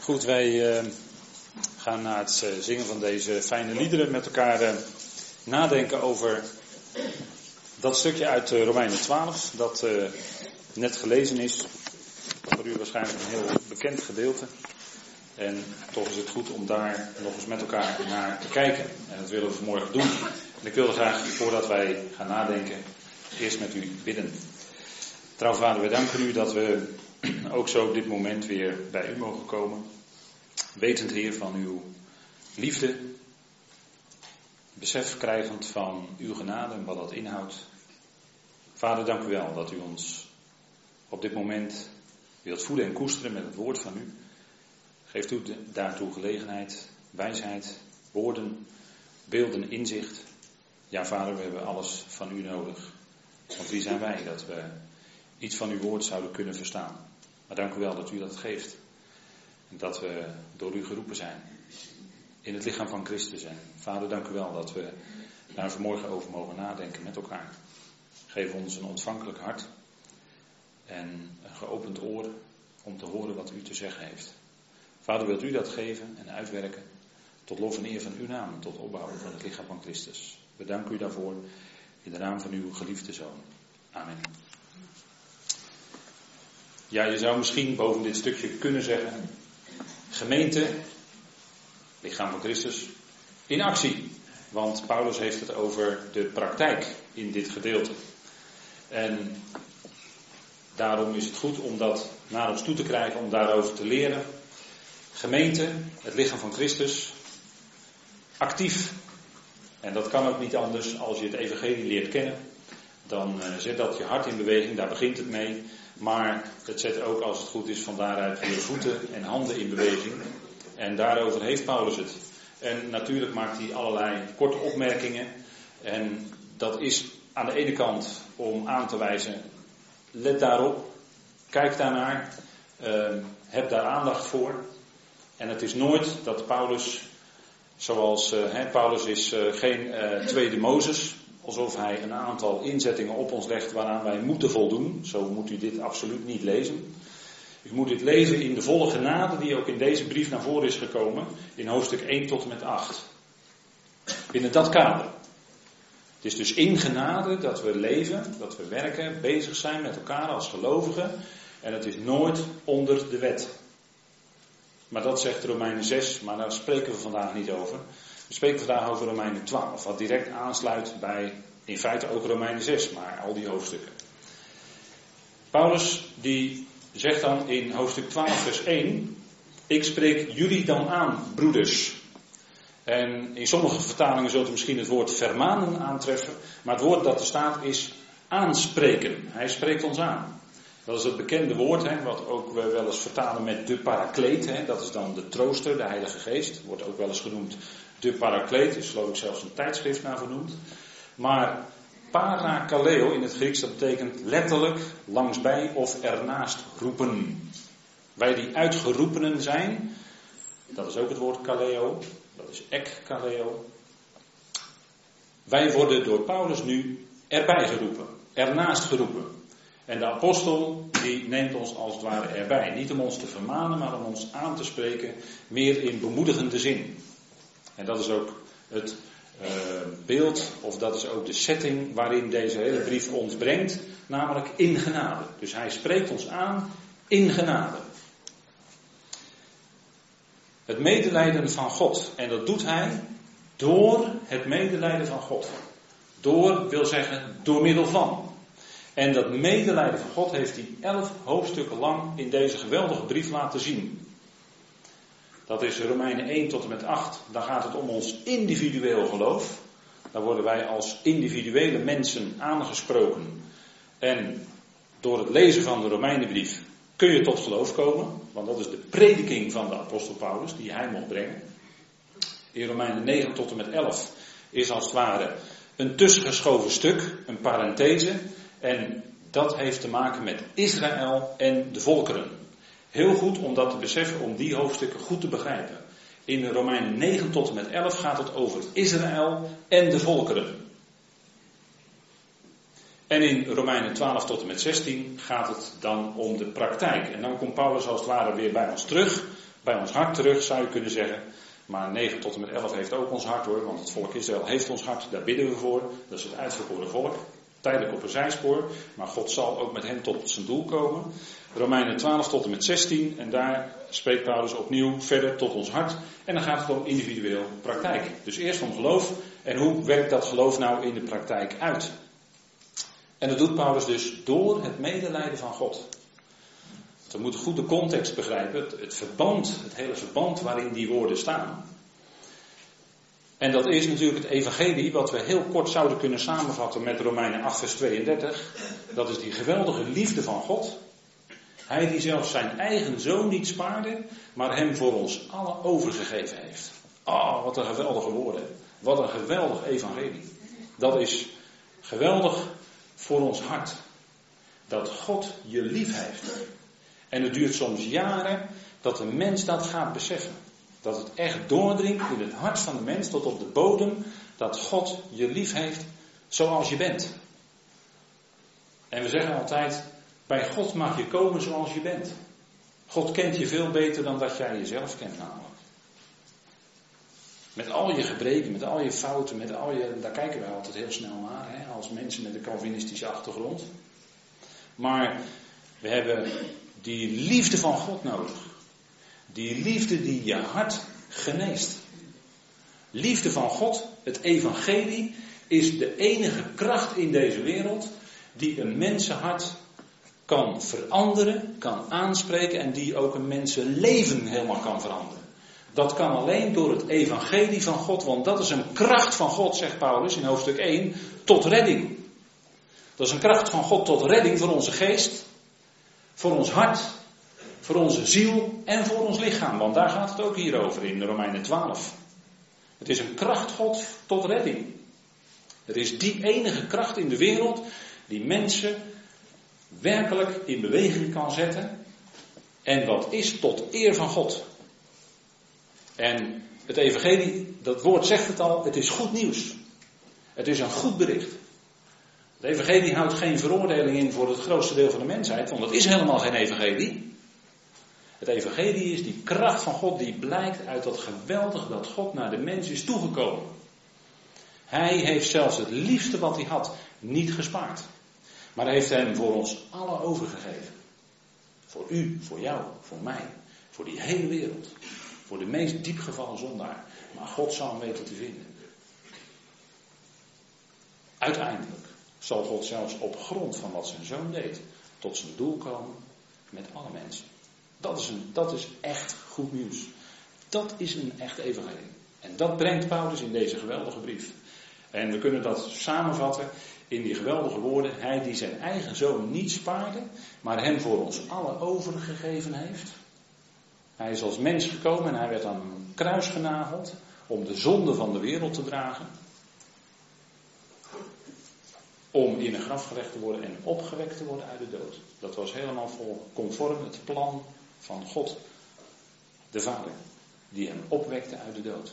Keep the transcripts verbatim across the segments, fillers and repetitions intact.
Goed, wij uh, gaan na het uh, zingen van deze fijne liederen met elkaar uh, nadenken over dat stukje uit uh, Romeinen twaalf, dat uh, net gelezen is. Voor u waarschijnlijk een heel bekend gedeelte. En toch is het goed om daar nog eens met elkaar naar te kijken. En dat willen we vanmorgen doen. En ik wilde graag, voordat wij gaan nadenken, eerst met u bidden. Trouw Vader, wij danken u dat we ook zo op dit moment weer bij u mogen komen. Wetend, Heer, van uw liefde. Besef krijgend van uw genade en wat dat inhoudt. Vader, dank u wel dat u ons op dit moment wilt voeden en koesteren met het woord van u. Geeft u daartoe gelegenheid, wijsheid, woorden, beelden, inzicht. Ja, Vader, we hebben alles van u nodig. Want wie zijn wij dat we iets van uw woord zouden kunnen verstaan. Maar dank u wel dat u dat geeft. En dat we door u geroepen zijn. In het lichaam van Christus. En Vader, dank u wel dat we daar vanmorgen over mogen nadenken met elkaar. Geef ons een ontvankelijk hart. En een geopend oor om te horen wat u te zeggen heeft. Vader, wilt u dat geven en uitwerken. Tot lof en eer van uw naam. Tot opbouwen van het lichaam van Christus. We danken u daarvoor. In de naam van uw geliefde Zoon. Amen. Ja, je zou misschien boven dit stukje kunnen zeggen. Gemeente, lichaam van Christus, in actie. Want Paulus heeft het over de praktijk in dit gedeelte. En daarom is het goed om dat naar ons toe te krijgen, om daarover te leren. Gemeente, het lichaam van Christus, actief. En dat kan ook niet anders als je het evangelie leert kennen. Dan uh, zet dat je hart in beweging, daar begint het mee. Maar het zet ook, als het goed is, van daaruit weer voeten en handen in beweging. En daarover heeft Paulus het. En natuurlijk maakt hij allerlei korte opmerkingen. En dat is aan de ene kant om aan te wijzen, let daarop, kijk daarnaar, uh, heb daar aandacht voor. En het is nooit dat Paulus, zoals uh, hè, Paulus is uh, geen uh, tweede Mozes, alsof hij een aantal inzettingen op ons legt waaraan wij moeten voldoen. Zo moet u dit absoluut niet lezen. U moet dit lezen in de volle genade die ook in deze brief naar voren is gekomen. In hoofdstuk één tot en met acht. Binnen dat kader. Het is dus in genade dat we leven, dat we werken, bezig zijn met elkaar als gelovigen. En het is nooit onder de wet. Maar dat zegt Romeinen zes, maar daar spreken we vandaag niet over. We spreken vandaag over Romeinen twaalf, wat direct aansluit bij in feite ook Romeinen zes, maar al die hoofdstukken. Paulus die zegt dan in hoofdstuk twaalf vers één, ik spreek jullie dan aan, broeders. En in sommige vertalingen zult u misschien het woord vermanen aantreffen, maar het woord dat er staat is aanspreken. Hij spreekt ons aan. Dat is het bekende woord, hè, wat ook we wel eens vertalen met de parakleet. Hè, dat is dan de trooster, de Heilige Geest. Wordt ook wel eens genoemd de parakleet. Is geloof ik zelfs een tijdschrift naar vernoemd. Maar parakaleo in het Grieks, dat betekent letterlijk langsbij of ernaast roepen. Wij die uitgeroepenen zijn, dat is ook het woord kaleo. Dat is ek kaleo. Wij worden door Paulus nu erbij geroepen. Ernaast geroepen. En de apostel die neemt ons als het ware erbij. Niet om ons te vermanen, maar om ons aan te spreken. Meer in bemoedigende zin. En dat is ook het uh, beeld, of dat is ook de setting waarin deze hele brief ons brengt. Namelijk in genade. Dus hij spreekt ons aan in genade. Het medelijden van God. En dat doet hij door het medelijden van God. Door wil zeggen door middel van. En dat medelijden van God heeft hij elf hoofdstukken lang in deze geweldige brief laten zien. Dat is Romeinen één tot en met acht. Daar gaat het om ons individueel geloof. Daar worden wij als individuele mensen aangesproken. En door het lezen van de Romeinenbrief kun je tot geloof komen. Want dat is de prediking van de apostel Paulus die hij mocht brengen. In Romeinen negen tot en met elf is als het ware een tussengeschoven stuk, een parenthese. En dat heeft te maken met Israël en de volkeren. Heel goed om dat te beseffen, om die hoofdstukken goed te begrijpen. In Romeinen negen tot en met elf gaat het over Israël en de volkeren. En in Romeinen twaalf tot en met zestien gaat het dan om de praktijk. En dan komt Paulus als het ware weer bij ons terug. bij ons hart terug, zou je kunnen zeggen. Maar negen tot en met elf heeft ook ons hart hoor, want het volk Israël heeft ons hart, daar bidden we voor. Dat is het uitverkoren volk, tijdelijk op een zijspoor, maar God zal ook met hen tot zijn doel komen. Romeinen twaalf tot en met zestien, en daar spreekt Paulus opnieuw verder tot ons hart. En dan gaat het om individueel praktijk. Dus eerst om geloof, en hoe werkt dat geloof nou in de praktijk uit? En dat doet Paulus dus door het medelijden van God. We moeten goed de context begrijpen, het, het verband, het hele verband waarin die woorden staan. En dat is natuurlijk het evangelie wat we heel kort zouden kunnen samenvatten met Romeinen acht vers tweeëndertig. Dat is die geweldige liefde van God. Hij die zelfs zijn eigen zoon niet spaarde, maar hem voor ons allen overgegeven heeft. Oh, wat een geweldige woorden. Wat een geweldig evangelie. Dat is geweldig voor ons hart. Dat God je lief heeft. En het duurt soms jaren dat de mens dat gaat beseffen. Dat het echt doordringt in het hart van de mens tot op de bodem. Dat God je lief heeft zoals je bent. En we zeggen altijd, bij God mag je komen zoals je bent. God kent je veel beter dan dat jij jezelf kent namelijk. Met al je gebreken, met al je fouten, met al je, daar kijken wij altijd heel snel naar, hè, als mensen met een Calvinistische achtergrond. Maar we hebben die liefde van God nodig. Die liefde die je hart geneest. Liefde van God, het evangelie, is de enige kracht in deze wereld die een mensenhart kan veranderen, kan aanspreken en die ook een mensenleven helemaal kan veranderen. Dat kan alleen door het evangelie van God, want dat is een kracht van God, zegt Paulus in hoofdstuk één, tot redding. Dat is een kracht van God tot redding voor onze geest, voor ons hart, voor onze ziel en voor ons lichaam. Want daar gaat het ook hier over in Romeinen twaalf. Het is een kracht God tot redding. Er is die enige kracht in de wereld die mensen werkelijk in beweging kan zetten. En wat is tot eer van God. En het evangelie, dat woord zegt het al, het is goed nieuws. Het is een goed bericht. Het evangelie houdt geen veroordeling in voor het grootste deel van de mensheid, want het is helemaal geen evangelie. Het evangelie is die kracht van God die blijkt uit dat geweldige dat God naar de mens is toegekomen. Hij heeft zelfs het liefste wat hij had niet gespaard. Maar hij heeft hem voor ons allen overgegeven. Voor u, voor jou, voor mij, voor die hele wereld. Voor de meest diepgevallen zondaar. Maar God zal hem weten te vinden. Uiteindelijk zal God zelfs op grond van wat zijn zoon deed tot zijn doel komen met alle mensen. Dat is, een, dat is echt goed nieuws. Dat is een echt evangelie. En dat brengt Paulus in deze geweldige brief. En we kunnen dat samenvatten in die geweldige woorden. Hij die zijn eigen zoon niet spaarde, maar hem voor ons allen overgegeven heeft. Hij is als mens gekomen en hij werd aan een kruis genageld om de zonde van de wereld te dragen. Om in een graf gelegd te worden en opgewekt te worden uit de dood. Dat was helemaal conform het plan van God, de Vader, die hem opwekte uit de dood.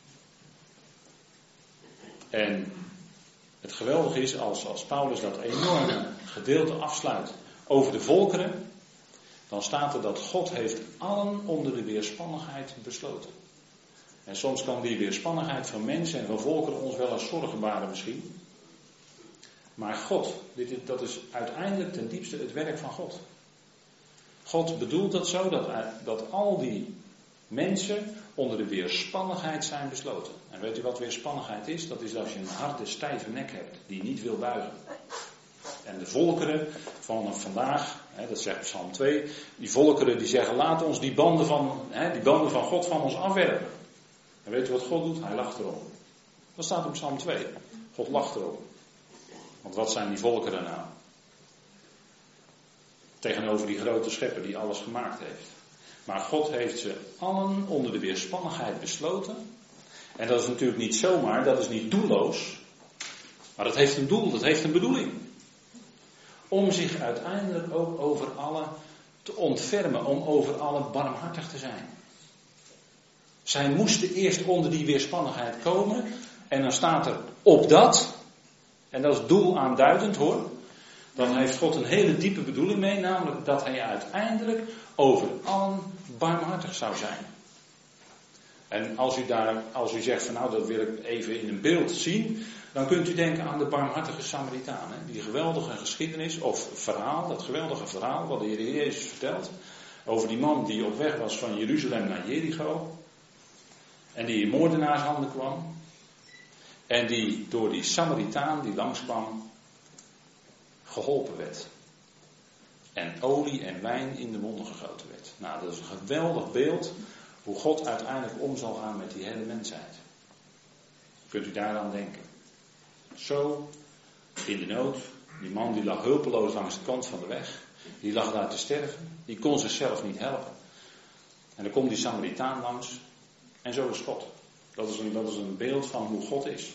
En het geweldige is, als, als Paulus dat enorme gedeelte afsluit over de volkeren, dan staat er dat God heeft allen onder de weerspannigheid besloten. En soms kan die weerspannigheid van mensen en van volkeren ons wel eens zorgen baren misschien. Maar God, dit, dat is uiteindelijk ten diepste het werk van God. God bedoelt dat zo, dat, dat al die mensen onder de weerspannigheid zijn besloten. En weet u wat weerspannigheid is? Dat is als je een harde, stijve nek hebt, die niet wil buigen. En de volkeren van vandaag, hè, dat zegt Psalm twee, die volkeren die zeggen, laat ons die banden van, hè, die banden van God van ons afwerpen. En weet u wat God doet? Hij lacht erom. Dat staat in Psalm twee. God lacht erom. Want wat zijn die volkeren nou? Tegenover die grote schepper die alles gemaakt heeft. Maar God heeft ze allen onder de weerspannigheid besloten. En dat is natuurlijk niet zomaar, dat is niet doelloos. Maar dat heeft een doel, dat heeft een bedoeling. Om zich uiteindelijk ook over alle te ontfermen, om over alle barmhartig te zijn. Zij moesten eerst onder die weerspannigheid komen. En dan staat er op dat, en dat is doelaanduidend hoor. Dan heeft God een hele diepe bedoeling mee, namelijk dat hij uiteindelijk over allen barmhartig zou zijn. En als u, daar, als u zegt van nou dat wil ik even in een beeld zien, dan kunt u denken aan de barmhartige Samaritaan. Hè? Die geweldige geschiedenis of verhaal, dat geweldige verhaal wat de Heer Jezus vertelt. Over die man die op weg was van Jeruzalem naar Jericho. En die in moordenaarshanden kwam. En die door die Samaritaan die langskwam geholpen werd. En olie en wijn in de monden gegoten werd. Nou, dat is een geweldig beeld hoe God uiteindelijk om zal gaan met die hele mensheid. Kunt u daaraan denken. Zo in de nood. Die man die lag hulpeloos langs de kant van de weg. Die lag daar te sterven. Die kon zichzelf niet helpen. En dan komt die Samaritaan langs. En zo is God. Dat is een, dat is een beeld van hoe God is.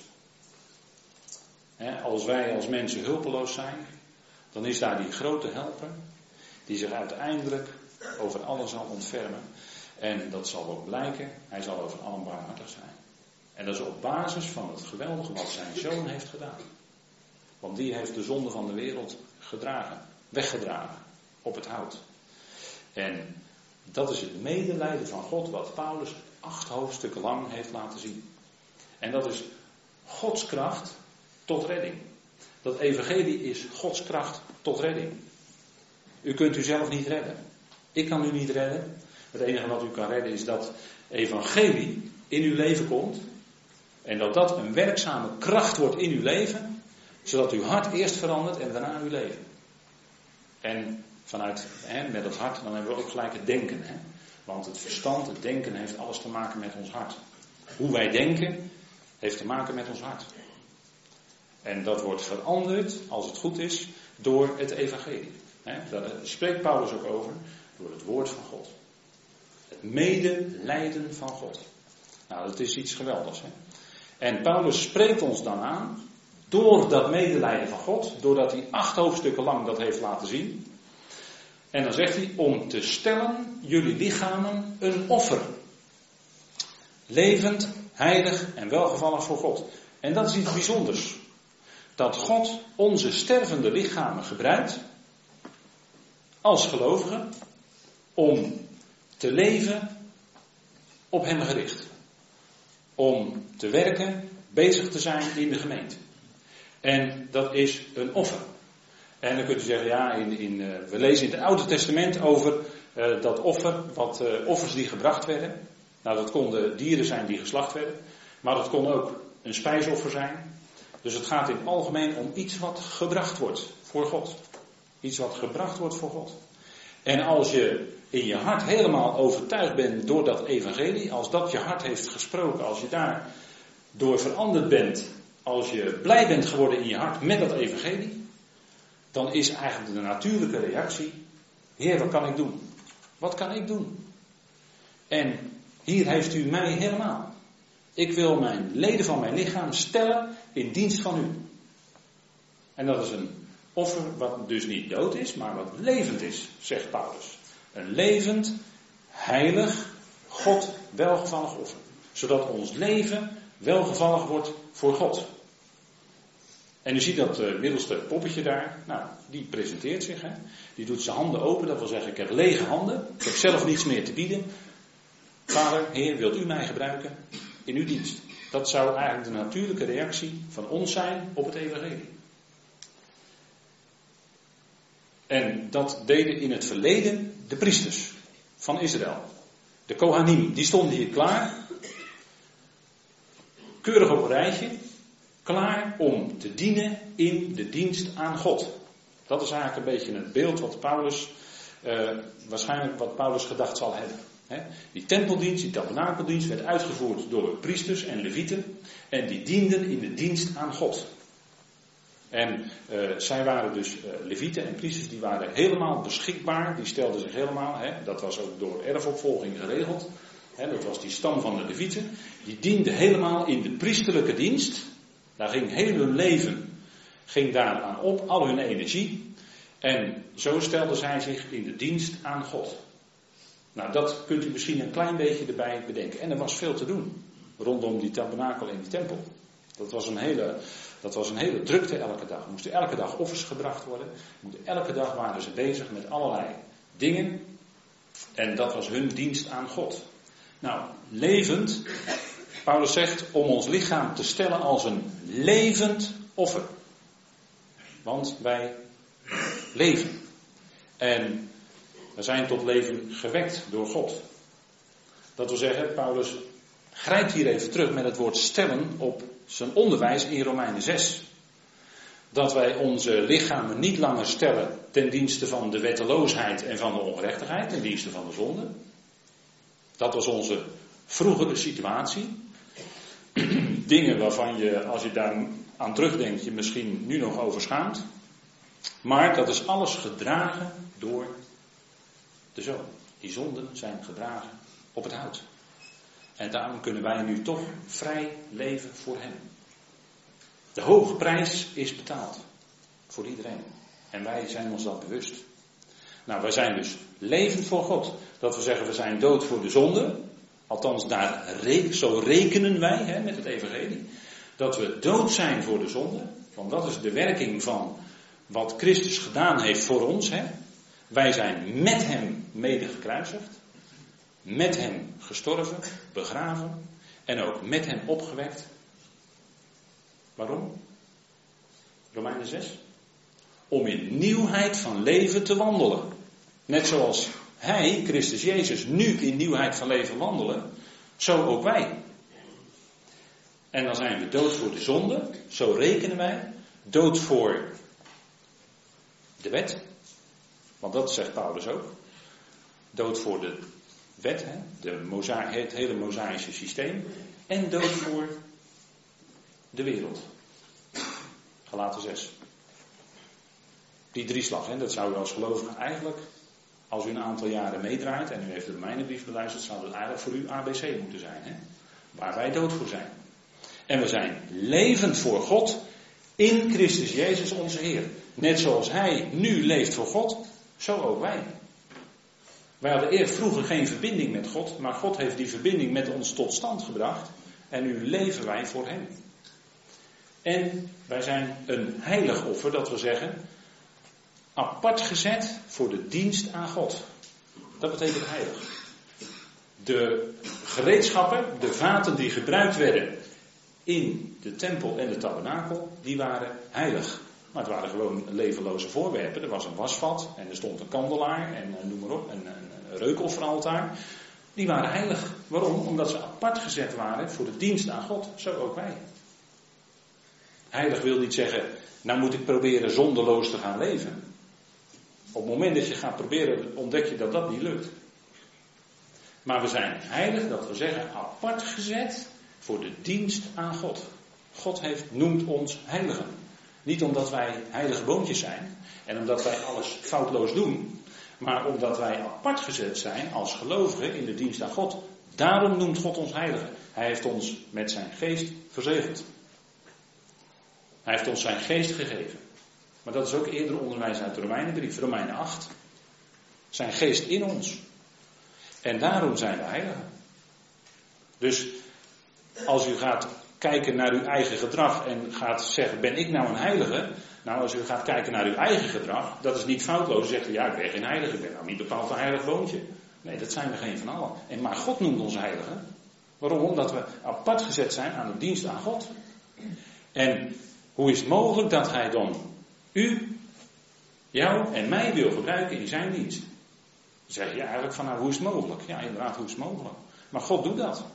He, als wij als mensen hulpeloos zijn, dan is daar die grote helper, die zich uiteindelijk over alles zal ontfermen. En dat zal ook blijken, hij zal over allen barmhartig zijn. En dat is op basis van het geweldige wat zijn zoon heeft gedaan. Want die heeft de zonde van de wereld gedragen, weggedragen, op het hout. En dat is het medelijden van God wat Paulus acht hoofdstukken lang heeft laten zien. En dat is Gods kracht tot redding. Dat evangelie is Gods kracht tot redding. U kunt u zelf niet redden. Ik kan u niet redden. Het enige wat u kan redden is dat evangelie in uw leven komt. En dat dat een werkzame kracht wordt in uw leven. Zodat uw hart eerst verandert en daarna uw leven. En vanuit, hè, met het hart, dan hebben we ook gelijk het denken. Hè? Want het verstand, het denken heeft alles te maken met ons hart. Hoe wij denken heeft te maken met ons hart. En dat wordt veranderd, als het goed is, door het evangelie. Hè? Daar spreekt Paulus ook over, door het woord van God. Het medelijden van God. Nou, dat is iets geweldigs. Hè? En Paulus spreekt ons dan aan, door dat medelijden van God, doordat hij acht hoofdstukken lang dat heeft laten zien. En dan zegt hij, om te stellen jullie lichamen een offer. Levend, heilig en welgevallig voor God. En dat is iets bijzonders. Dat God onze stervende lichamen gebruikt, als gelovigen, om te leven op hem gericht. Om te werken, bezig te zijn in de gemeente. En dat is een offer. En dan kunt u zeggen, ja, in, in, uh, we lezen in het Oude Testament over uh, dat offer, wat uh, offers die gebracht werden. Nou, dat konden dieren zijn die geslacht werden, maar dat kon ook een spijsoffer zijn. Dus het gaat in het algemeen om iets wat gebracht wordt voor God. Iets wat gebracht wordt voor God. En als je in je hart helemaal overtuigd bent door dat evangelie, als dat je hart heeft gesproken, als je daar door veranderd bent, als je blij bent geworden in je hart met dat evangelie, dan is eigenlijk de natuurlijke reactie, Heer, wat kan ik doen? Wat kan ik doen? En hier heeft u mij helemaal. Ik wil mijn leden van mijn lichaam stellen in dienst van u. En dat is een offer wat dus niet dood is, maar wat levend is, zegt Paulus. Een levend, heilig, God welgevallig offer. Zodat ons leven welgevallig wordt voor God. En u ziet dat uh, middelste poppetje daar, nou, die presenteert zich. Hè? Die doet zijn handen open, dat wil zeggen, ik heb lege handen. Ik heb zelf niets meer te bieden. Vader, Heer, wilt u mij gebruiken in uw dienst? Dat zou eigenlijk de natuurlijke reactie van ons zijn op het evangelie. En dat deden in het verleden de priesters van Israël. De Kohanim, die stonden hier klaar. Keurig op een rijtje. Klaar om te dienen in de dienst aan God. Dat is eigenlijk een beetje het beeld wat Paulus, uh, waarschijnlijk wat Paulus gedacht zal hebben. He, die tempeldienst, die tabernakeldienst werd uitgevoerd door priesters en levieten. En die dienden in de dienst aan God. En uh, zij waren dus uh, levieten en priesters, die waren helemaal beschikbaar. Die stelden zich helemaal, he, dat was ook door erfopvolging geregeld. He, dat was die stam van de levieten. Die dienden helemaal in de priesterlijke dienst. Daar ging heel hun leven, ging daaraan op, al hun energie. En zo stelden zij zich in de dienst aan God. Nou, dat kunt u misschien een klein beetje erbij bedenken. En er was veel te doen rondom die tabernakel en die tempel. Dat was een hele, dat was een hele drukte elke dag. Er moesten elke dag offers gebracht worden. Elke dag waren ze bezig met allerlei dingen. En dat was hun dienst aan God. Nou, levend, Paulus zegt, om ons lichaam te stellen als een levend offer. Want wij leven. En we zijn tot leven gewekt door God. Dat wil zeggen, Paulus grijpt hier even terug met het woord stellen op zijn onderwijs in Romeinen zes. Dat wij onze lichamen niet langer stellen ten dienste van de wetteloosheid en van de ongerechtigheid, ten dienste van de zonde. Dat was onze vroegere situatie. Dingen waarvan je, als je daar aan terugdenkt, je misschien nu nog over schaamt. Maar dat is alles gedragen door de Zoon. Die zonden zijn gedragen op het hout. En daarom kunnen wij nu toch vrij leven voor Hem. De hoge prijs is betaald. Voor iedereen. En wij zijn ons dat bewust. Nou, wij zijn dus levend voor God. Dat we zeggen, we zijn dood voor de zonde. Althans, daar re- zo rekenen wij hè, met het evangelie. Dat we dood zijn voor de zonde. Want dat is de werking van wat Christus gedaan heeft voor ons. Hè. Wij zijn met Hem mede gekruisigd. Met Hem gestorven, begraven. En ook met Hem opgewekt. Waarom? Romeinen zes. Om in nieuwheid van leven te wandelen. Net zoals Hij, Christus Jezus, nu in nieuwheid van leven wandelen. Zo ook wij. En dan zijn we dood voor de zonde. Zo rekenen wij. Dood voor de wet. Want dat zegt Paulus ook. Dood voor de wet. Hè? De moza- het hele mosaïsche systeem. En dood voor de wereld. Galaten zes. Die drieslag, hè, dat zou u als gelovige eigenlijk, als u een aantal jaren meedraait, en u heeft de Romeinenbrief beluisterd, zou dat eigenlijk voor u A B C moeten zijn. Hè? Waar wij dood voor zijn. En we zijn levend voor God in Christus Jezus onze Heer. Net zoals Hij nu leeft voor God, zo ook wij. Wij hadden eerst vroeger geen verbinding met God, maar God heeft die verbinding met ons tot stand gebracht. En nu leven wij voor Hem. En wij zijn een heilig offer, dat wil zeggen, apart gezet voor de dienst aan God. Dat betekent heilig. De gereedschappen, de vaten die gebruikt werden in de tempel en de tabernakel, die waren heilig. Maar het waren gewoon levenloze voorwerpen. Er was een wasvat en er stond een kandelaar en noem maar op, een, een reukofferaltaar. Die waren heilig. Waarom? Omdat ze apart gezet waren voor de dienst aan God. Zo ook wij. Heilig wil niet zeggen, nou moet ik proberen zondeloos te gaan leven. Op het moment dat je gaat proberen, ontdek je dat dat niet lukt. Maar we zijn heilig, dat we zeggen, apart gezet voor de dienst aan God. God heeft, noemt ons heiligen. Niet omdat wij heilige boontjes zijn en omdat wij alles foutloos doen. Maar omdat wij apart gezet zijn als gelovigen in de dienst aan God. Daarom noemt God ons heiligen. Hij heeft ons met zijn geest verzegeld. Hij heeft ons zijn geest gegeven. Maar dat is ook eerder onderwijs uit de Romeinenbrief, Romeinen acht. Zijn geest in ons. En daarom zijn we heiligen. Dus als u gaat kijken naar uw eigen gedrag en gaat zeggen, ben ik nou een heilige? Nou, als u gaat kijken naar uw eigen gedrag, dat is niet foutloos. U zegt, ja, ik ben geen heilige, ik ben nou niet bepaald een heilig boontje. Nee, dat zijn we geen van allen. En maar God noemt ons heiligen. Waarom? Omdat we apart gezet zijn aan de dienst aan God. En hoe is het mogelijk dat hij dan u, jou en mij wil gebruiken in zijn dienst? Dan zeg je eigenlijk van, nou, hoe is het mogelijk? Ja, inderdaad, hoe is het mogelijk? Maar God doet dat.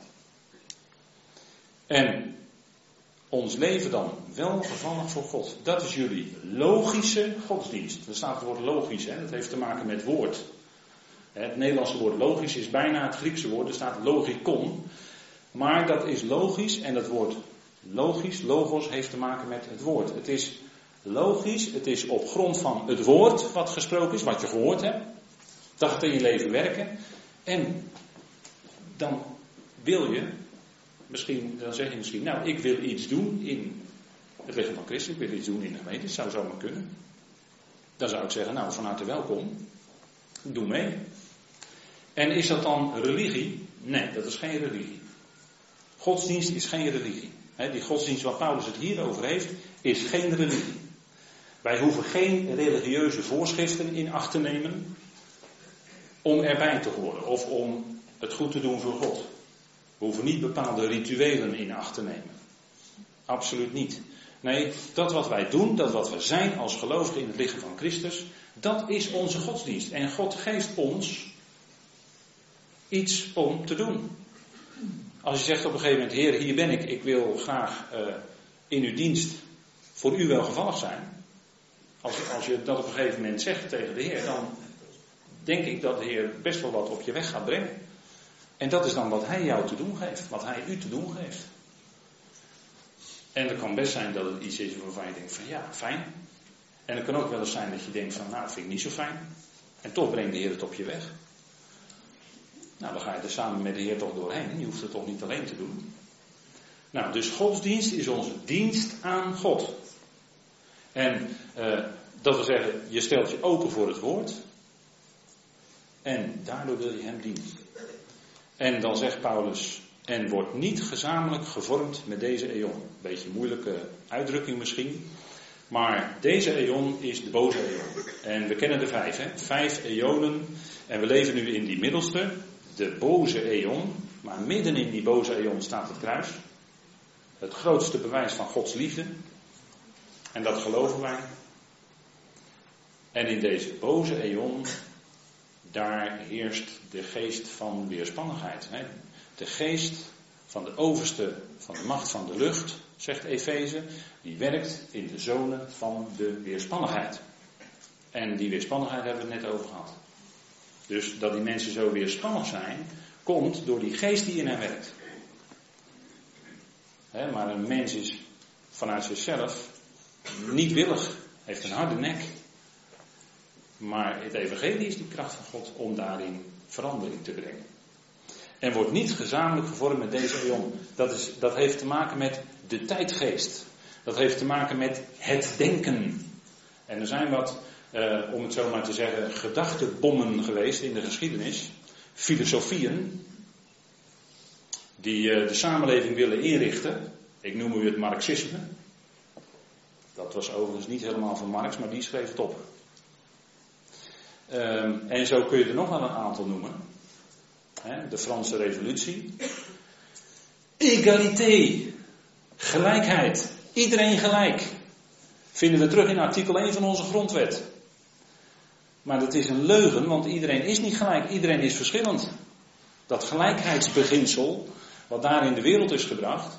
En ons leven dan welgevallig voor God. Dat is jullie logische godsdienst. Er staat het woord logisch, hè? Dat heeft te maken met woord. Het Nederlandse woord logisch is bijna het Griekse woord. Er staat logikon. Maar dat is logisch en dat woord logisch, logos, heeft te maken met het woord. Het is logisch, het is op grond van het woord wat gesproken is, wat je gehoord hebt. Dat gaat in je leven werken. En dan wil je, misschien, dan zeg je misschien, nou, ik wil iets doen in het lichaam van Christus, ik wil iets doen in de gemeente, dat zou zomaar kunnen. Dan zou ik zeggen, nou, van harte welkom, doe mee. En is dat dan religie? Nee, dat is geen religie. Godsdienst is geen religie. He, die godsdienst waar Paulus het hier over heeft, is geen religie. Wij hoeven geen religieuze voorschriften in acht te nemen om erbij te horen of om het goed te doen voor God. We hoeven niet bepaalde rituelen in acht te nemen. Absoluut niet. Nee, dat wat wij doen, dat wat we zijn als gelovigen in het lichaam van Christus, dat is onze godsdienst. En God geeft ons iets om te doen. Als je zegt op een gegeven moment, Heer, hier ben ik, ik wil graag uh, in uw dienst voor u welgevallig zijn. Als, als je dat op een gegeven moment zegt tegen de Heer, dan denk ik dat de Heer best wel wat op je weg gaat brengen. En dat is dan wat hij jou te doen geeft, wat hij u te doen geeft. En het kan best zijn dat het iets is waarvan je denkt van ja, fijn. En het kan ook wel eens zijn dat je denkt van nou, dat vind ik niet zo fijn. En toch brengt de Heer het op je weg. Nou, dan ga je er samen met de Heer toch doorheen. Je hoeft het toch niet alleen te doen. Nou, dus godsdienst is onze dienst aan God. En uh, dat wil zeggen, je stelt je open voor het woord. En daardoor wil je hem dienen. En dan zegt Paulus, en wordt niet gezamenlijk gevormd met deze eon. Beetje een moeilijke uitdrukking misschien. Maar deze eon is de boze eon. En we kennen de vijf, hè? Vijf eonen. En we leven nu in die middelste, de boze eon. Maar midden in die boze eon staat het kruis. Het grootste bewijs van Gods liefde. En dat geloven wij. En in deze boze eon, daar heerst de geest van weerspannigheid. Hè? De geest van de overste van de macht van de lucht, zegt Efeze, die werkt in de zone van de weerspannigheid. En die weerspannigheid hebben we het net over gehad. Dus dat die mensen zo weerspannig zijn, komt door die geest die in hen werkt. He, maar een mens is vanuit zichzelf niet willig, heeft een harde nek. Maar het evangelie is die kracht van God om daarin verandering te brengen. En wordt niet gezamenlijk gevormd met deze eon. Dat, is, dat heeft te maken met de tijdgeest. Dat heeft te maken met het denken. En er zijn wat, uh, om het zo maar te zeggen, gedachtebommen geweest in de geschiedenis. Filosofieën. Die uh, de samenleving willen inrichten. Ik noem u het marxisme. Dat was overigens niet helemaal van Marx, maar die schreef het op. Um, en zo kun je er nog wel een aantal noemen. He, de Franse revolutie. Egalité. Gelijkheid. Iedereen gelijk. Vinden we terug in artikel één van onze grondwet. Maar dat is een leugen, want iedereen is niet gelijk. Iedereen is verschillend. Dat gelijkheidsbeginsel, wat daar in de wereld is gebracht,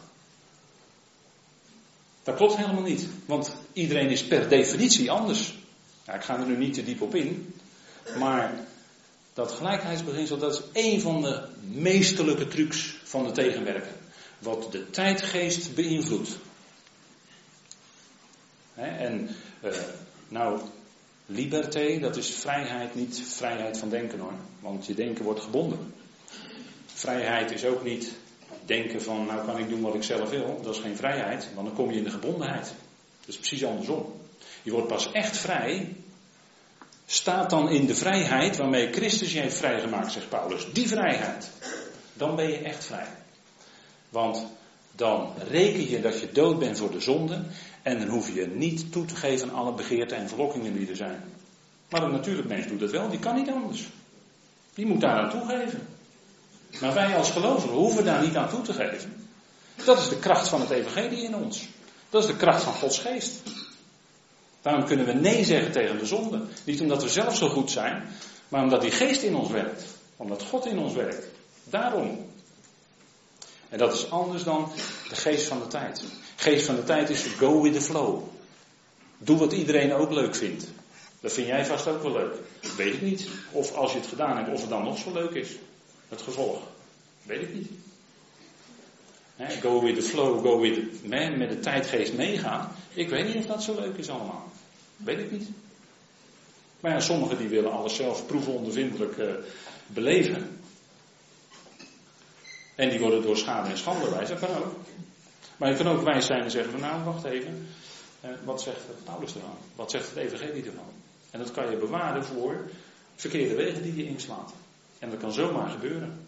dat klopt helemaal niet. Want iedereen is per definitie anders. Ja, ik ga er nu niet te diep op in. Maar dat gelijkheidsbeginsel, dat is één van de meesterlijke trucs van de tegenwerker. Wat de tijdgeest beïnvloedt. He, en uh, nou, liberté, dat is vrijheid, niet vrijheid van denken hoor. Want je denken wordt gebonden. Vrijheid is ook niet denken van, nou kan ik doen wat ik zelf wil. Dat is geen vrijheid, want dan kom je in de gebondenheid. Dat is precies andersom. Je wordt pas echt vrij. Staat dan in de vrijheid waarmee Christus je heeft vrijgemaakt, zegt Paulus. Die vrijheid. Dan ben je echt vrij. Want dan reken je dat je dood bent voor de zonde. En dan hoef je niet toe te geven aan alle begeerten en verlokkingen die er zijn. Maar een natuurlijk mens doet dat wel. Die kan niet anders. Die moet daar aan toegeven. Maar wij als gelovigen hoeven daar niet aan toe te geven. Dat is de kracht van het evangelie in ons. Dat is de kracht van Gods geest. Daarom kunnen we nee zeggen tegen de zonde. Niet omdat we zelf zo goed zijn, maar omdat die geest in ons werkt. Omdat God in ons werkt. Daarom. En dat is anders dan de geest van de tijd. De geest van de tijd is go with the flow. Doe wat iedereen ook leuk vindt. Dat vind jij vast ook wel leuk. Weet ik niet. Of als je het gedaan hebt, of het dan nog zo leuk is. Het gevolg. Weet ik niet. He, go with the flow, go with the, man, met de tijdgeest meegaan. Ik weet niet of dat zo leuk is allemaal. Weet ik niet. Maar ja, sommigen die willen alles zelf proefondervindelijk uh, beleven. En die worden door schade en schande wijs. Dat kan ook. Maar je kan ook wijs zijn en zeggen van nou, wacht even. Uh, wat zegt Paulus ervan? Wat zegt het evangelie ervan? En dat kan je bewaren voor verkeerde wegen die je inslaat. En dat kan zomaar gebeuren.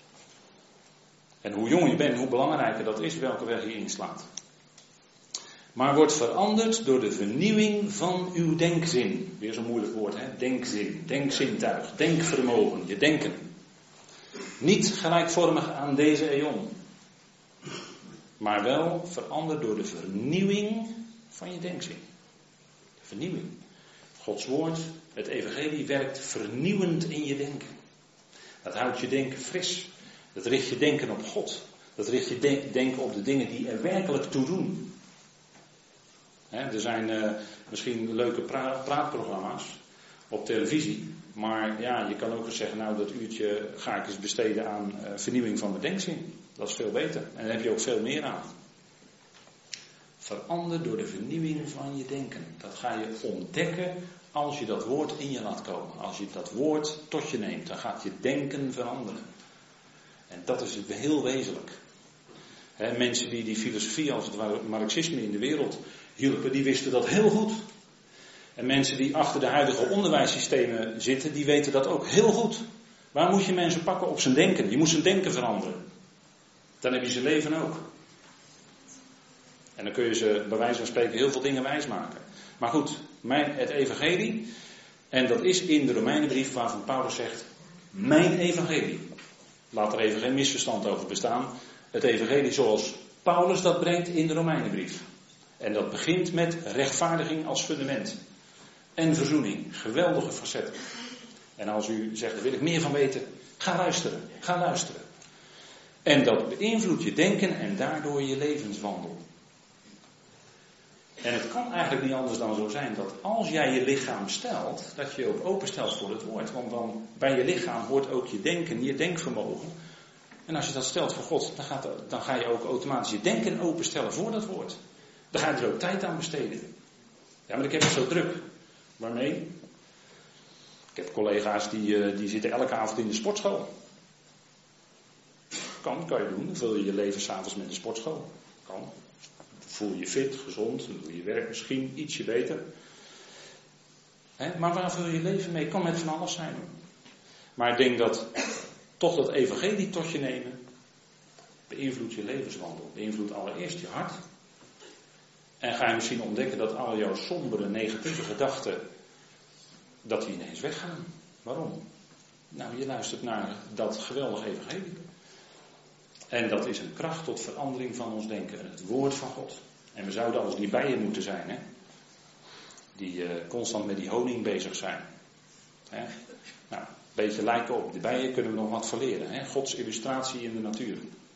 En hoe jong je bent, hoe belangrijker dat is welke weg je inslaat. Maar wordt veranderd door de vernieuwing van uw denkzin. Weer zo'n moeilijk woord, hè? Denkzin, denkzintuig, denkvermogen, je denken. Niet gelijkvormig aan deze eon. Maar wel veranderd door de vernieuwing van je denkzin. De vernieuwing. Gods woord, het evangelie werkt vernieuwend in je denken. Dat houdt je denken fris. Dat richt je denken op God. Dat richt je de- denken op de dingen die er werkelijk toe doen. He, er zijn uh, misschien leuke pra- praatprogramma's op televisie. Maar ja, je kan ook eens zeggen, nou dat uurtje ga ik eens besteden aan uh, vernieuwing van mijn denkzin. Dat is veel beter. En daar heb je ook veel meer aan. Verander door de vernieuwing van je denken. Dat ga je ontdekken als je dat woord in je laat komen. Als je dat woord tot je neemt, dan gaat je denken veranderen. En dat is heel wezenlijk. He, mensen die die filosofie als het ware marxisme in de wereld hielpen, die wisten dat heel goed. En mensen die achter de huidige onderwijssystemen zitten, die weten dat ook heel goed. Waar moet je mensen pakken? Op zijn denken. Je moet zijn denken veranderen. Dan heb je zijn leven ook. En dan kun je ze bij wijze van spreken heel veel dingen wijsmaken. Maar goed, mijn, het evangelie, en dat is in de Romeinenbrief waarvan Paulus zegt, mijn evangelie. Laat er even geen misverstand over bestaan. Het evangelie zoals Paulus dat brengt in de Romeinenbrief. En dat begint met rechtvaardiging als fundament. En verzoening. Geweldige facetten. En als u zegt, daar wil ik meer van weten, ga luisteren. Ga luisteren. En dat beïnvloedt je denken en daardoor je levenswandel. En het kan eigenlijk niet anders dan zo zijn dat als jij je lichaam stelt, dat je je ook openstelt voor het woord. Want dan bij je lichaam hoort ook je denken, je denkvermogen. En als je dat stelt voor God, dan, gaat, dan ga je ook automatisch je denken openstellen voor dat woord. Dan ga je er ook tijd aan besteden. Ja, maar ik heb het zo druk. Waarmee? Ik heb collega's die, die zitten elke avond in de sportschool. Kan, kan je doen. Dan vul je je leven s'avonds met de sportschool. Kan. Voel je je fit, gezond, dan doe je werk misschien ietsje beter. He, maar waar vul je je leven mee? Kan met van alles zijn. Maar ik denk dat toch dat evangelie tot je nemen beïnvloedt je levenswandel. Beïnvloedt allereerst je hart. En ga je misschien ontdekken dat al jouw sombere, negatieve gedachten, dat die ineens weggaan. Waarom? Nou, je luistert naar dat geweldige evangelie. En dat is een kracht tot verandering van ons denken. Het woord van God. En we zouden als die bijen moeten zijn. Hè? Die uh, constant met die honing bezig zijn. Hè? Nou, een beetje lijken op. De bijen kunnen we nog wat van leren. Hè? Gods illustratie in de natuur.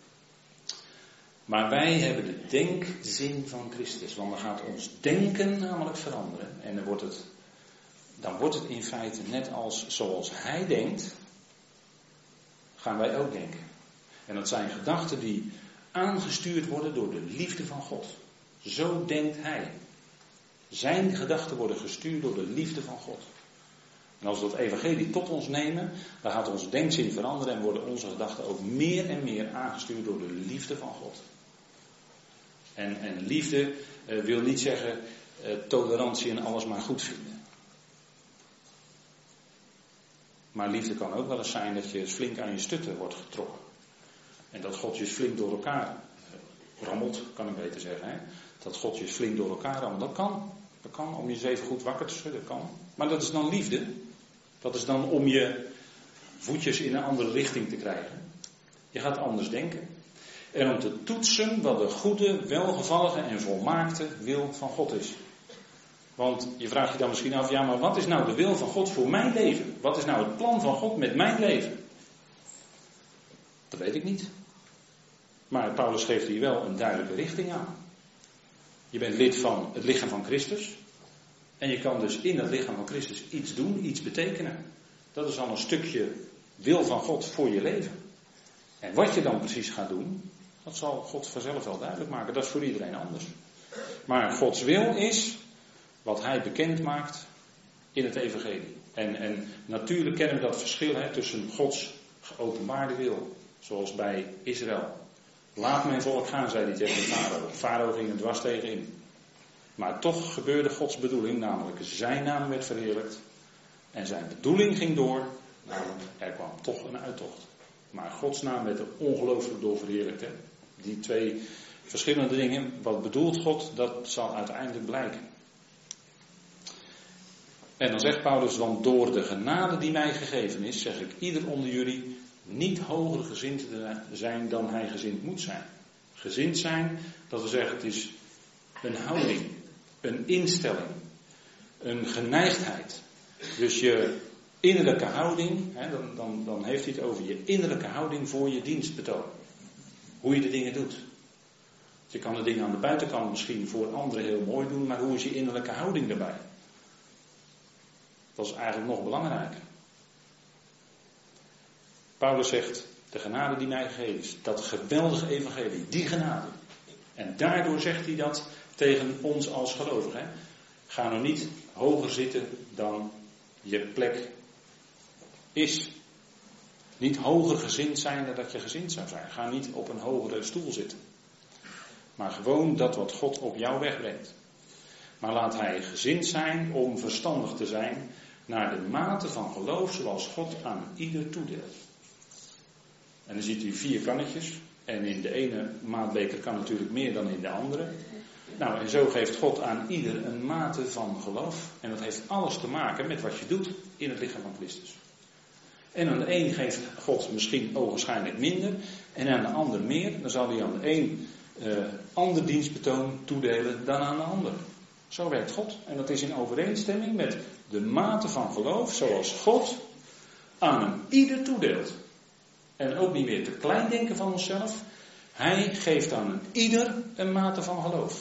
Maar wij hebben de denkzin van Christus. Want dan gaat ons denken namelijk veranderen. En dan wordt het, dan wordt het in feite net als zoals hij denkt, gaan wij ook denken. En dat zijn gedachten die aangestuurd worden door de liefde van God. Zo denkt hij. Zijn gedachten worden gestuurd door de liefde van God. En als we dat evangelie tot ons nemen, dan gaat onze denkzin veranderen en worden onze gedachten ook meer en meer aangestuurd door de liefde van God. En, en liefde uh, wil niet zeggen uh, tolerantie en alles maar goed vinden. Maar liefde kan ook wel eens zijn dat je flink aan je stutten wordt getrokken. En dat God je flink door elkaar rammelt, kan ik beter zeggen. Hè? Dat God je flink door elkaar rammelt, dat kan. Dat kan, om je eens even goed wakker te schudden, dat kan. Maar dat is dan liefde. Dat is dan om je voetjes in een andere richting te krijgen. Je gaat anders denken. En om te toetsen wat de goede, welgevallige en volmaakte wil van God is. Want je vraagt je dan misschien af, ja, maar wat is nou de wil van God voor mijn leven? Wat is nou het plan van God met mijn leven? Dat weet ik niet. Maar Paulus geeft hier wel een duidelijke richting aan. Je bent lid van het lichaam van Christus. En je kan dus in het lichaam van Christus iets doen, iets betekenen. Dat is al een stukje wil van God voor je leven. En wat je dan precies gaat doen, dat zal God vanzelf wel duidelijk maken. Dat is voor iedereen anders. Maar Gods wil is wat hij bekend maakt in het evangelie. En, en natuurlijk kennen we dat verschil hè, tussen Gods geopenbaarde wil. Zoals bij Israël. Laat mijn volk gaan, zei hij tegen de farao. Farao ging er dwars tegenin. Maar toch gebeurde Gods bedoeling, namelijk zijn naam werd verheerlijkt. En zijn bedoeling ging door, namelijk er kwam toch een uittocht. Maar Gods naam werd er ongelooflijk door verheerlijkt. Hè? Die twee Verschillende dingen. Wat bedoelt God, dat zal uiteindelijk blijken. En dan zegt Paulus, want door de genade die mij gegeven is, zeg ik ieder onder jullie niet hoger gezind te zijn dan hij gezind moet zijn. Gezind zijn, dat wil zeggen, het is een houding, een instelling, een geneigdheid. Dus je innerlijke houding, hè, dan, dan, dan heeft hij het over je innerlijke houding voor je dienstbetoon. Hoe je de dingen doet. Je kan de dingen aan de buitenkant misschien voor anderen heel mooi doen, maar hoe is je innerlijke houding daarbij? Dat is eigenlijk nog belangrijker. Paulus zegt, de genade die mij gegeven is, dat geweldige evangelie, die genade. En daardoor zegt hij dat tegen ons als gelovigen. Ga nou niet hoger zitten dan je plek is. Niet hoger gezind zijn dan dat je gezind zou zijn. Ga niet op een hogere stoel zitten. Maar gewoon dat wat God op jou wegbrengt. Maar laat hij gezind zijn om verstandig te zijn naar de mate van geloof zoals God aan ieder toedeelt. En dan ziet u vier kannetjes. En in de ene maatbeker kan natuurlijk meer dan in de andere. Nou, en zo geeft God aan ieder een mate van geloof. En dat heeft alles te maken met wat je doet in het lichaam van Christus. En aan de een geeft God misschien ogenschijnlijk minder. En aan de ander meer. Dan zal hij aan de een uh, ander dienstbetoon toedelen dan aan de ander. Zo werkt God. En dat is in overeenstemming met de mate van geloof zoals God aan een ieder toedeelt. En ook niet meer te klein denken van onszelf. Hij geeft aan een ieder een mate van geloof.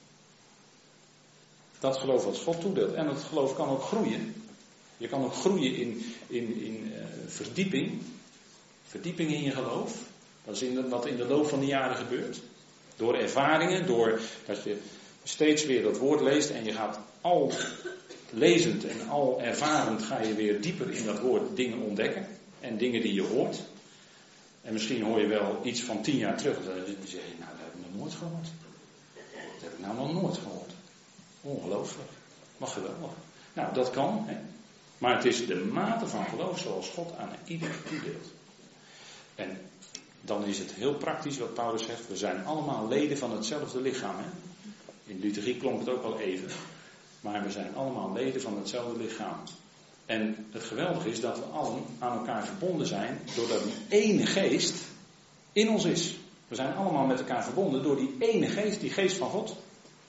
Dat geloof wat God toedeelt. En dat geloof kan ook groeien. Je kan ook groeien in, in, in uh, verdieping. Verdieping in je geloof. Dat is in, wat in de loop van de jaren gebeurt. Door ervaringen, door dat je steeds weer dat woord leest en je gaat al lezend en al ervarend ga je weer dieper in dat woord dingen ontdekken. En dingen die je hoort. En misschien hoor je wel iets van tien jaar terug. Dan zeg je, nou dat heb ik nog nooit gehoord. Dat heb ik nou nog nooit gehoord. Ongelooflijk. Maar geweldig. Nou, dat kan. Hè? Maar het is de mate van geloof zoals God aan ieder toedeelt. En dan is het heel praktisch wat Paulus zegt. We zijn allemaal leden van hetzelfde lichaam. Hè? In de liturgie klonk het ook al even. Maar we zijn allemaal leden van hetzelfde lichaam. En het geweldige is dat we allen aan elkaar verbonden zijn. Doordat die ene geest in ons is. We zijn allemaal met elkaar verbonden door die ene geest. Die geest van God.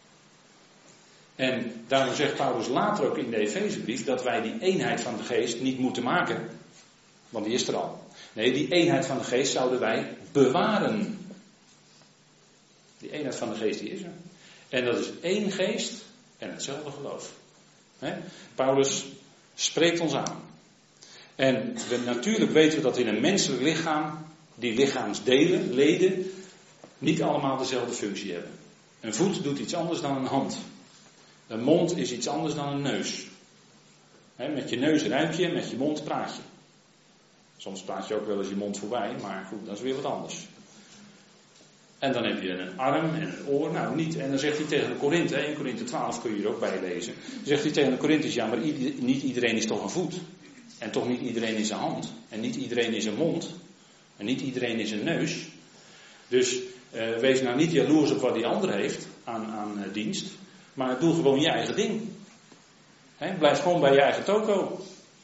En daarom zegt Paulus later ook in de Efezebrief dat wij die eenheid van de geest niet moeten maken. Want die is er al. Nee, die eenheid van de geest zouden wij bewaren. Die eenheid van de geest die is er. En dat is één geest en hetzelfde geloof. He? Paulus spreekt ons aan. En we, natuurlijk weten we dat in een menselijk lichaam die lichaamsdelen, leden, niet allemaal dezelfde functie hebben. Een voet doet iets anders dan een hand. Een mond is iets anders dan een neus. He, met je neus ruik je, met je mond praat je. Soms praat je ook wel eens je mond voorbij, maar goed, dat is weer wat anders. En dan heb je een arm en een oor, nou niet. En dan zegt hij tegen de Korinthe, in Korinthe twaalf kun je er ook bij lezen. Dan zegt hij tegen de Korinthes, ja maar ieder, niet iedereen is toch een voet. En toch niet iedereen is een hand. En niet iedereen is een mond. En niet iedereen is een neus. Dus uh, wees nou niet jaloers op wat die ander heeft aan, aan uh, dienst. Maar doe gewoon je eigen ding. He, blijf gewoon bij je eigen toko.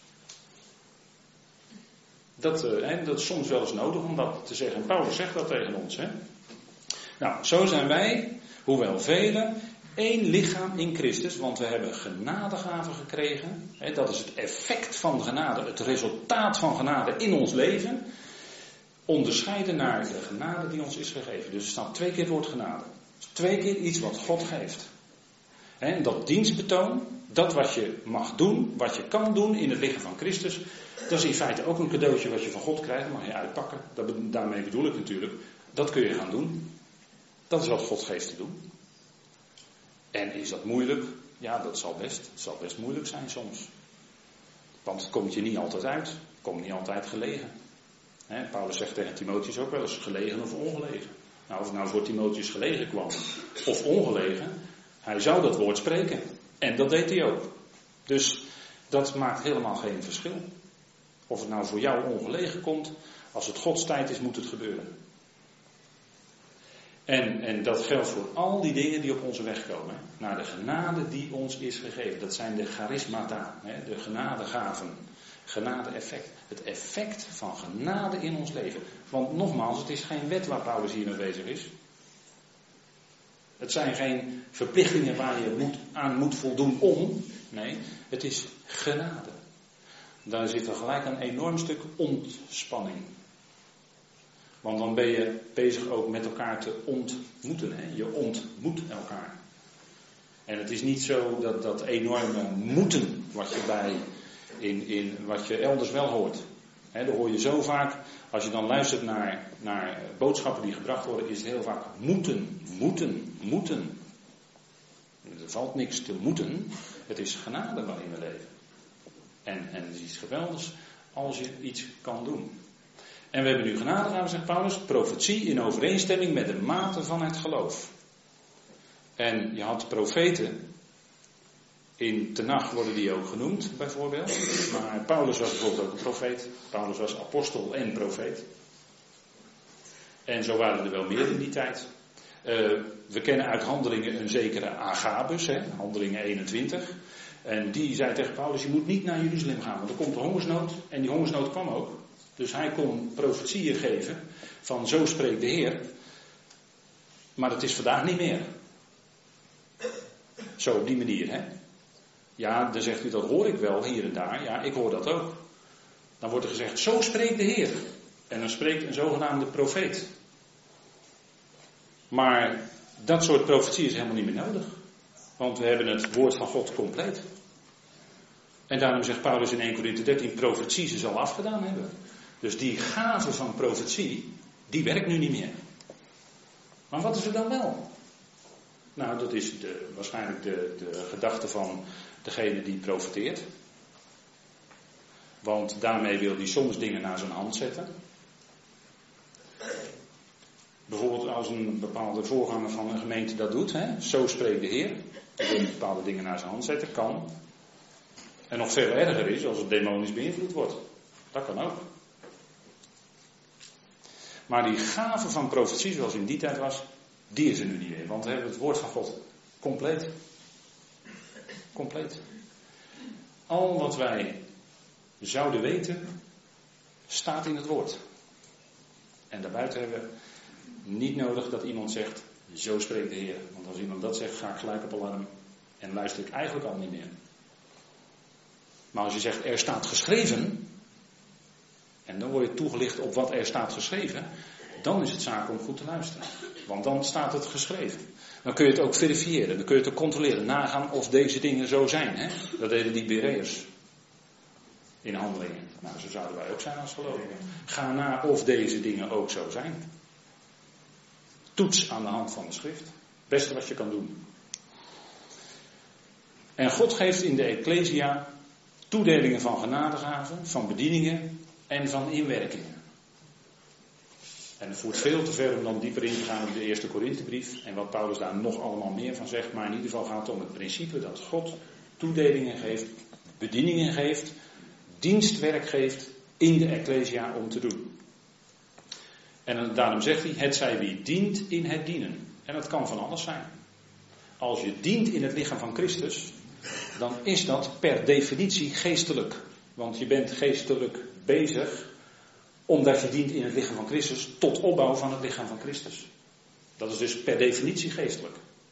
Dat, uh, he, dat is soms wel eens nodig om dat te zeggen. Paulus zegt dat tegen ons. He. Nou, zo zijn wij, hoewel velen, één lichaam in Christus. Want we hebben genadegaven gekregen. He, dat is het effect van genade. Het resultaat van genade in ons leven. Onderscheiden naar de genade die ons is gegeven. Dus er staat twee keer het woord genade. Twee keer iets wat God geeft. En dat dienstbetoon, dat wat je mag doen, wat je kan doen in het lichaam van Christus, dat is in feite ook een cadeautje wat je van God krijgt, dat mag je uitpakken. Dat, daarmee bedoel ik natuurlijk, dat kun je gaan doen. Dat is wat God geeft te doen. En is dat moeilijk? Ja, dat zal best, het zal best moeilijk zijn soms. Want het komt je niet altijd uit, het komt niet altijd gelegen. He, Paulus zegt tegen Timotheus ook wel eens gelegen of ongelegen. Nou, of het nou voor Timotheus gelegen kwam of ongelegen, hij zou dat woord spreken. En dat deed hij ook. Dus dat maakt helemaal geen verschil. Of het nou voor jou ongelegen komt, als het Gods tijd is, moet het gebeuren. En, en dat geldt voor al die dingen die op onze weg komen. Hè. Naar de genade die ons is gegeven. Dat zijn de charismata, hè, de genadegaven. Genade-effect. Het effect van genade in ons leven. Want nogmaals, het is geen wet waar Paulus hier mee bezig is. Het zijn geen verplichtingen waar je moet, aan moet voldoen om. Nee, het is genade. Daar zit er gelijk een enorm stuk ontspanning. Want dan ben je bezig ook met elkaar te ontmoeten. Hè? Je ontmoet elkaar. En het is niet zo dat dat enorme moeten wat je bij in, in wat je elders wel hoort. Hè, dat hoor je zo vaak. Als je dan luistert naar, naar boodschappen die gebracht worden, is het heel vaak moeten, moeten, moeten. Er valt niks te moeten. Het is genade waarin we leven. En, en het is iets geweldigs als je iets kan doen. En we hebben nu genadegaven, zegt Paulus, profetie in overeenstemming met de mate van het geloof. En je had profeten, in Tenach worden die ook genoemd, bijvoorbeeld. Maar Paulus was bijvoorbeeld ook een profeet. Paulus was apostel en profeet. En zo waren er wel meer in die tijd. Uh, we kennen uit Handelingen een zekere Agabus, hè, Handelingen eenentwintig. En die zei tegen Paulus, je moet niet naar Jeruzalem gaan, want er komt een hongersnood. En die hongersnood kwam ook. Dus hij kon profetieën geven van zo spreekt de Heer. Maar het is vandaag niet meer. Zo op die manier, hè. Ja, dan zegt u, dat hoor ik wel hier en daar. Ja, ik hoor dat ook. Dan wordt er gezegd, zo spreekt de Heer. En dan spreekt een zogenaamde profeet. Maar dat soort profetie is helemaal niet meer nodig. Want we hebben het woord van God compleet. En daarom zegt Paulus in Eerste Korinthe dertien, profetie ze zal afgedaan hebben. Dus die gave van profetie, die werkt nu niet meer. Maar wat is er dan wel? Nou, dat is de, waarschijnlijk de, de gedachte van degene die profeteert. Want daarmee wil hij soms dingen naar zijn hand zetten. Bijvoorbeeld als een bepaalde voorganger van een gemeente dat doet. Hè? Zo spreekt de Heer. Hij wil bepaalde dingen naar zijn hand zetten. Kan. En nog veel erger is als het demonisch beïnvloed wordt. Dat kan ook. Maar die gave van profetie zoals in die tijd was, die is er nu niet meer. Want we hebben het woord van God compleet. Compleet. Al wat wij zouden weten, staat in het woord. En daarbuiten hebben we niet nodig dat iemand zegt, zo spreekt de Heer. Want als iemand dat zegt, ga ik gelijk op alarm. En luister ik eigenlijk al niet meer. Maar als je zegt, er staat geschreven. En dan word je toegelicht op wat er staat geschreven. Dan is het zaak om goed te luisteren. Want dan staat het geschreven. Dan kun je het ook verifiëren. Dan kun je het ook controleren. Nagaan of deze dingen zo zijn. Hè? Dat deden die Bereërs. In handelingen. Nou, zo zouden wij ook zijn als gelovigen. Ga na of deze dingen ook zo zijn. Toets aan de hand van de schrift. Het beste wat je kan doen. En God geeft in de Ecclesia toedelingen van genadegaven, van bedieningen en van inwerkingen. En het voert veel te ver om dan dieper in te gaan op de eerste Korinthebrief en wat Paulus daar nog allemaal meer van zegt. Maar in ieder geval gaat het om het principe dat God toedelingen geeft, bedieningen geeft, dienstwerk geeft in de Ecclesia om te doen. En daarom zegt hij, het zij wie dient in het dienen. En dat kan van alles zijn. Als je dient in het lichaam van Christus, dan is dat per definitie geestelijk. Want je bent geestelijk bezig, omdat je dient in het lichaam van Christus, tot opbouw van het lichaam van Christus. Dat is dus per definitie geestelijk.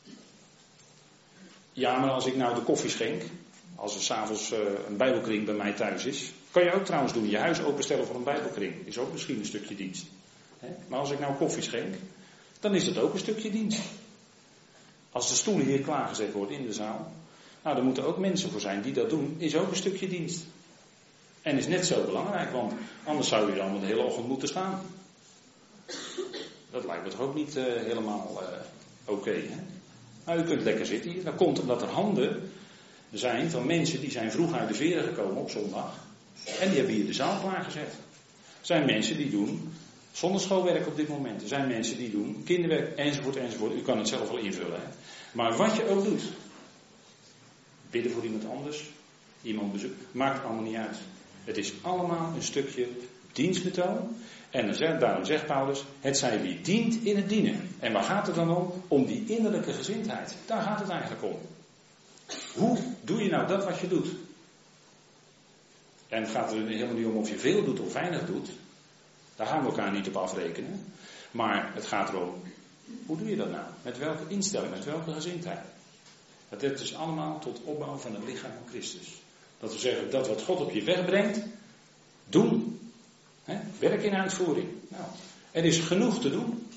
Ja, maar als ik nou de koffie schenk, als er s'avonds uh, een bijbelkring bij mij thuis is, kan je ook trouwens doen, je huis openstellen voor een bijbelkring. Is ook misschien een stukje dienst. He? Maar als ik nou koffie schenk, dan is dat ook een stukje dienst. Als de stoelen hier klaargezet worden in de zaal, nou, er moeten ook mensen voor zijn die dat doen, is ook een stukje dienst. En is net zo belangrijk, want anders zou je dan de hele ochtend moeten staan. Dat lijkt me toch ook niet uh, helemaal uh, oké. Okay, nou, u kunt lekker zitten hier. Dat komt omdat er handen zijn van mensen die zijn vroeg uit de veren gekomen op zondag. En die hebben hier de zaal klaargezet. Er zijn mensen die doen zonderschoolwerk op dit moment. Er zijn mensen die doen kinderwerk enzovoort enzovoort. U kan het zelf wel invullen. Hè. Maar wat je ook doet. Bidden voor iemand anders. Iemand bezoeken. Maakt allemaal niet uit. Het is allemaal een stukje dienstbetoon. En dan zegt, daarom zegt Paulus, het zij wie dient in het dienen. En waar gaat het dan om? Om die innerlijke gezindheid. Daar gaat het eigenlijk om. Hoe doe je nou dat wat je doet? En het gaat er helemaal niet om of je veel doet of weinig doet. Daar gaan we elkaar niet op afrekenen. Maar het gaat erom, hoe doe je dat nou? Met welke instelling, met welke gezindheid? Dat dit is allemaal tot opbouw van het lichaam van Christus. Dat we zeggen, dat wat God op je weg brengt, doen. He? Werk in uitvoering. Nou, er is genoeg te doen.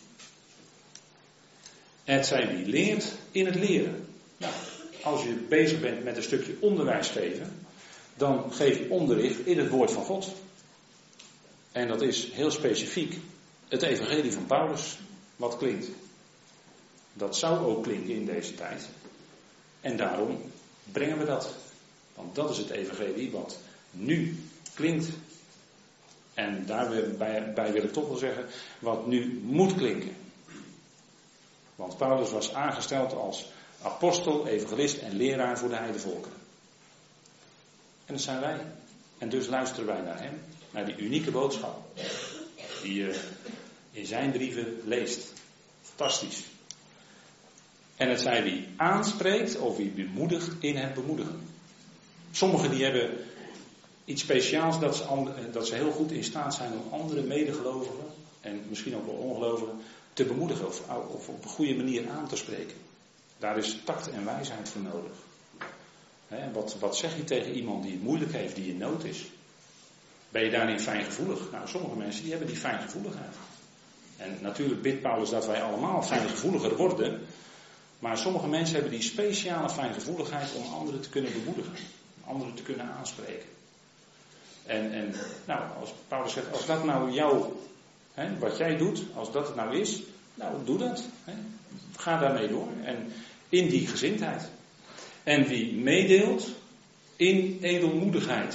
Het zij wie leert in het leren. Nou, als je bezig bent met een stukje onderwijs geven, dan geef je onderricht in het woord van God. En dat is heel specifiek het evangelie van Paulus, wat klinkt. Dat zou ook klinken in deze tijd. En daarom brengen we dat. Want dat is het evangelie wat nu klinkt. En daarbij bij wil ik toch wel zeggen, wat nu moet klinken. Want Paulus was aangesteld als apostel, evangelist en leraar voor de heidevolken. En dat zijn wij. En dus luisteren wij naar hem. Naar die unieke boodschap. Die je in zijn brieven leest. Fantastisch. En het zij wie aanspreekt of wie bemoedigt in het bemoedigen. Sommigen die hebben iets speciaals dat ze, dat ze heel goed in staat zijn om andere medegelovigen en misschien ook wel ongelovigen te bemoedigen of, of op een goede manier aan te spreken. Daar is tact en wijsheid voor nodig. He, wat, wat zeg je tegen iemand die het moeilijk heeft, die in nood is? Ben je daarin fijngevoelig? Nou, sommige mensen die hebben die fijngevoeligheid. En natuurlijk bidt Paulus dat wij allemaal fijngevoeliger worden. Maar sommige mensen hebben die speciale fijngevoeligheid om anderen te kunnen bemoedigen. Anderen te kunnen aanspreken. En, en nou, als Paulus zegt, als dat nou jou, hè, wat jij doet, als dat het nou is, nou doe dat. Hè. Ga daarmee door. En in die gezindheid. En wie meedeelt in edelmoedigheid.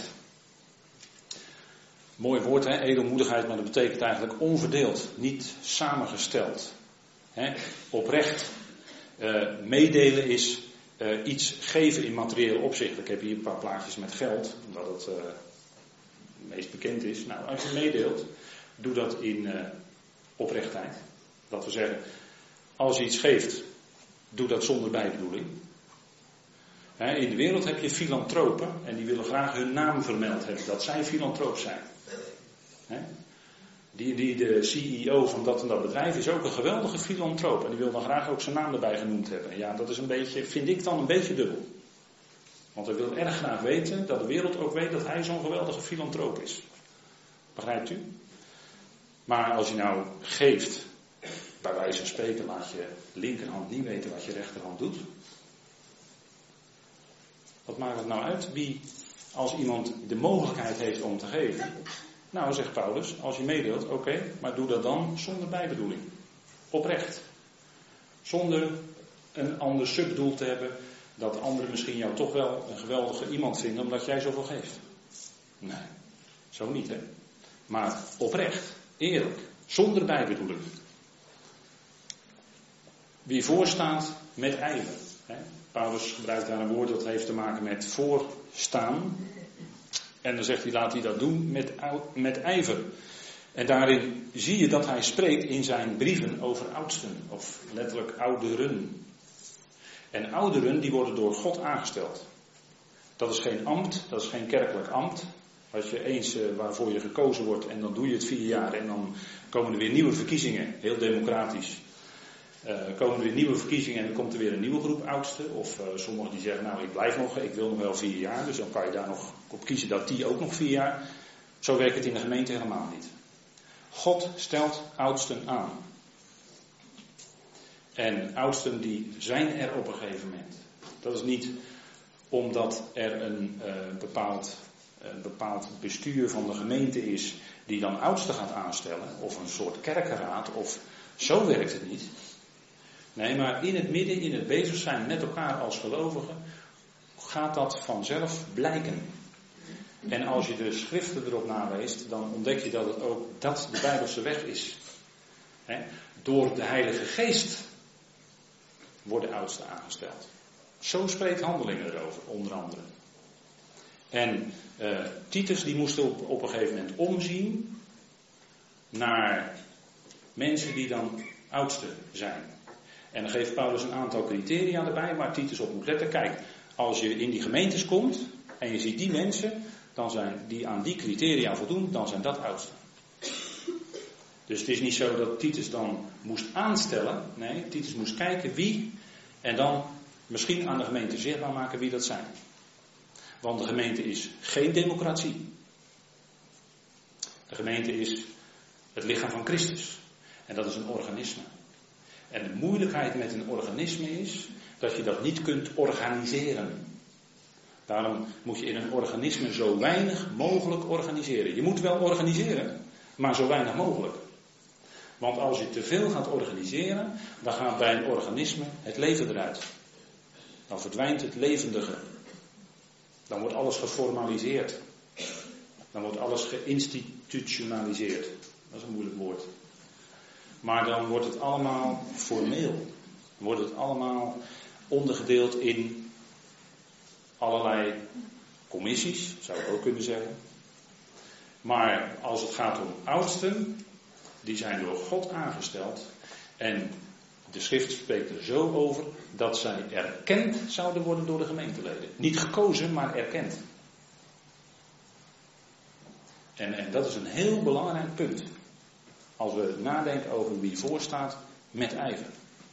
Mooi woord, hè, edelmoedigheid, maar dat betekent eigenlijk onverdeeld, niet samengesteld. Hè, oprecht. Uh, meedelen is uh, iets geven in materieel opzicht. Ik heb hier een paar plaatjes met geld, omdat het uh, het meest bekend is. Nou, als je meedeelt, doe dat in uh, oprechtheid. Dat we zeggen, als je iets geeft, doe dat zonder bijbedoeling. Hè, in de wereld heb je filantropen en die willen graag hun naam vermeld hebben, dat zij filantroop zijn. Hè? Die, die, de C E O van dat en dat bedrijf is ook een geweldige filantroop. En die wil dan graag ook zijn naam erbij genoemd hebben. En ja, dat is een beetje, vind ik dan een beetje dubbel. Want hij wil erg graag weten, dat de wereld ook weet dat hij zo'n geweldige filantroop is. Begrijpt u? Maar als je nou geeft, bij wijze van spreken, laat je linkerhand niet weten wat je rechterhand doet. Wat maakt het nou uit wie, als iemand de mogelijkheid heeft om te geven? Nou, zegt Paulus, als je meedeelt, oké, okay, maar doe dat dan zonder bijbedoeling. Oprecht. Zonder een ander subdoel te hebben, dat anderen misschien jou toch wel een geweldige iemand vinden, omdat jij zoveel geeft. Nee, zo niet, hè. Maar oprecht, eerlijk, zonder bijbedoeling. Wie voorstaat met ijver. Hè? Paulus gebruikt daar een woord dat heeft te maken met voorstaan. En dan zegt hij, laat hij dat doen met, met ijver. En daarin zie je dat hij spreekt in zijn brieven over oudsten. Of letterlijk ouderen. En ouderen die worden door God aangesteld. Dat is geen ambt, dat is geen kerkelijk ambt. Als je eens uh, waarvoor je gekozen wordt en dan doe je het vier jaar. En dan komen er weer nieuwe verkiezingen, heel democratisch. Uh, komen er weer nieuwe verkiezingen en dan komt er weer een nieuwe groep oudsten. Of uh, sommigen die zeggen, nou ik blijf nog, ik wil nog wel vier jaar. Dus dan kan je daar nog op kiezen dat die ook nog vier jaar. Zo werkt het in de gemeente helemaal niet. God stelt oudsten aan. En oudsten die zijn er op een gegeven moment. Dat is niet omdat er een uh, bepaald, uh, bepaald bestuur van de gemeente is die dan oudsten gaat aanstellen. Of een soort kerkenraad. Of zo werkt het niet. Nee, maar in het midden, in het bezig zijn met elkaar als gelovigen, gaat dat vanzelf blijken. En als je de schriften erop naleest, dan ontdek je dat het ook dat de Bijbelse weg is. He, door de Heilige Geest worden oudsten aangesteld. Zo spreekt Handelingen erover, onder andere. En uh, Titus die moest op, op een gegeven moment omzien naar mensen die dan oudsten zijn. En dan geeft Paulus een aantal criteria erbij waar Titus op moet letten. Kijk, als je in die gemeentes komt en je ziet die mensen dan zijn, die aan die criteria voldoen, dan zijn dat oudsten. Dus het is niet zo dat Titus dan moest aanstellen. Nee, Titus moest kijken wie en dan misschien aan de gemeente zichtbaar maken wie dat zijn. Want de gemeente is geen democratie. De gemeente is het lichaam van Christus. En dat is een organisme. En de moeilijkheid met een organisme is dat je dat niet kunt organiseren. Daarom moet je in een organisme zo weinig mogelijk organiseren. Je moet wel organiseren, maar zo weinig mogelijk. Want als je te veel gaat organiseren, dan gaat bij een organisme het leven eruit. Dan verdwijnt het levendige. Dan wordt alles geformaliseerd. Dan wordt alles geïnstitutionaliseerd. Dat is een moeilijk woord. Maar dan wordt het allemaal formeel. Dan wordt het allemaal ondergedeeld in allerlei commissies, zou ik ook kunnen zeggen. Maar als het gaat om oudsten, die zijn door God aangesteld. En de schrift spreekt er zo over dat zij erkend zouden worden door de gemeenteleden. Niet gekozen, maar erkend. En, en dat is een heel belangrijk punt. Als we nadenken over wie voorstaat met ijver.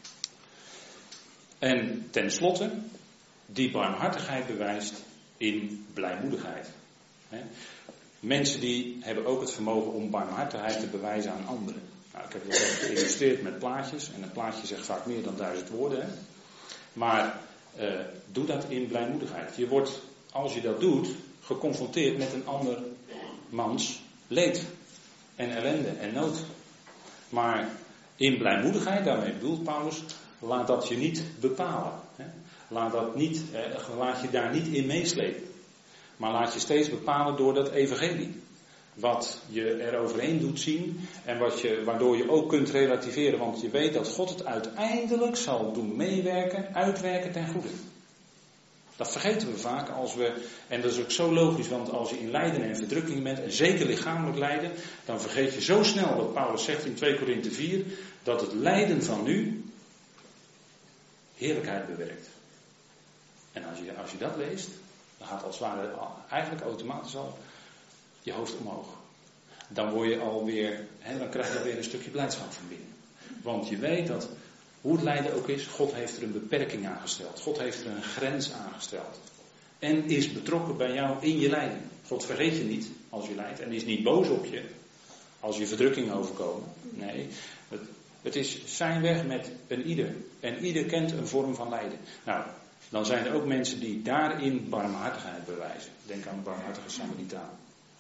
En tenslotte, die barmhartigheid bewijst in blijmoedigheid. He. Mensen die hebben ook het vermogen om barmhartigheid te bewijzen aan anderen. Nou, ik heb dat geïllustreerd met plaatjes. En een plaatje zegt vaak meer dan duizend woorden. Hè. Maar uh, doe dat in blijmoedigheid. Je wordt, als je dat doet, geconfronteerd met een ander mans leed. En ellende en nood. Maar in blijmoedigheid, daarmee bedoelt Paulus, laat dat je niet bepalen. Hè. Laat, dat niet, eh, laat je daar niet in meeslepen. Maar laat je steeds bepalen door dat evangelie. Wat je er overheen doet zien. En wat je, waardoor je ook kunt relativeren. Want je weet dat God het uiteindelijk zal doen meewerken, uitwerken ten goede. Dat vergeten we vaak als we, en dat is ook zo logisch, want als je in lijden en verdrukking bent, en zeker lichamelijk lijden, dan vergeet je zo snel wat Paulus zegt in twee Korinthe vier, dat het lijden van nu heerlijkheid bewerkt. En als je, als je dat leest, dan gaat als het ware eigenlijk automatisch al je hoofd omhoog. Dan word je alweer, hè, dan krijg je alweer een stukje blijdschap van binnen. Want je weet dat, hoe het lijden ook is, God heeft er een beperking aangesteld. God heeft er een grens aangesteld. En is betrokken bij jou in je lijden. God vergeet je niet als je lijdt. En is niet boos op je als je verdrukking overkomen. Nee, het, het is zijn weg met een ieder. En ieder kent een vorm van lijden. Nou, dan zijn er ook mensen die daarin barmhartigheid bewijzen. Denk aan de barmhartige Samaritaan.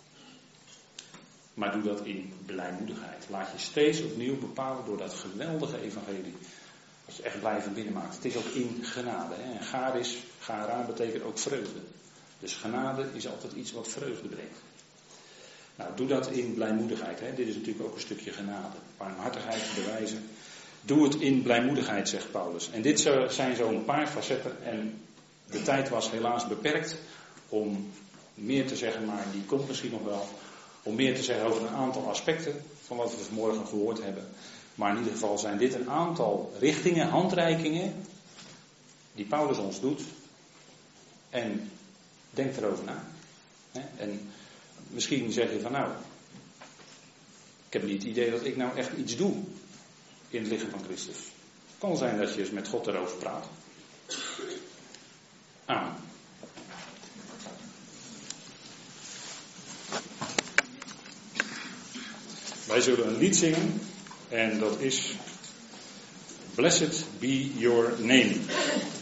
Maar doe dat in blijmoedigheid. Laat je steeds opnieuw bepalen door dat geweldige evangelie. Wat je echt blij van binnen maakt. Het is ook in genade. Hè. En charis, chara betekent ook vreugde. Dus genade is altijd iets wat vreugde brengt. Nou, doe dat in blijmoedigheid. Hè. Dit is natuurlijk ook een stukje genade. Barmhartigheid bewijzen. Doe het in blijmoedigheid, zegt Paulus. En dit zijn zo'n paar facetten. En de tijd was helaas beperkt om meer te zeggen, maar die komt misschien nog wel. Om meer te zeggen over een aantal aspecten van wat we vanmorgen gehoord hebben. Maar in ieder geval zijn dit een aantal richtingen, handreikingen, die Paulus ons doet. En denk erover na. En misschien zeg je van nou, ik heb niet het idee dat ik nou echt iets doe in het lichaam van Christus. Het kan zijn dat je eens met God erover praat. Amen. Wij zullen een lied zingen en dat is Blessed be your name.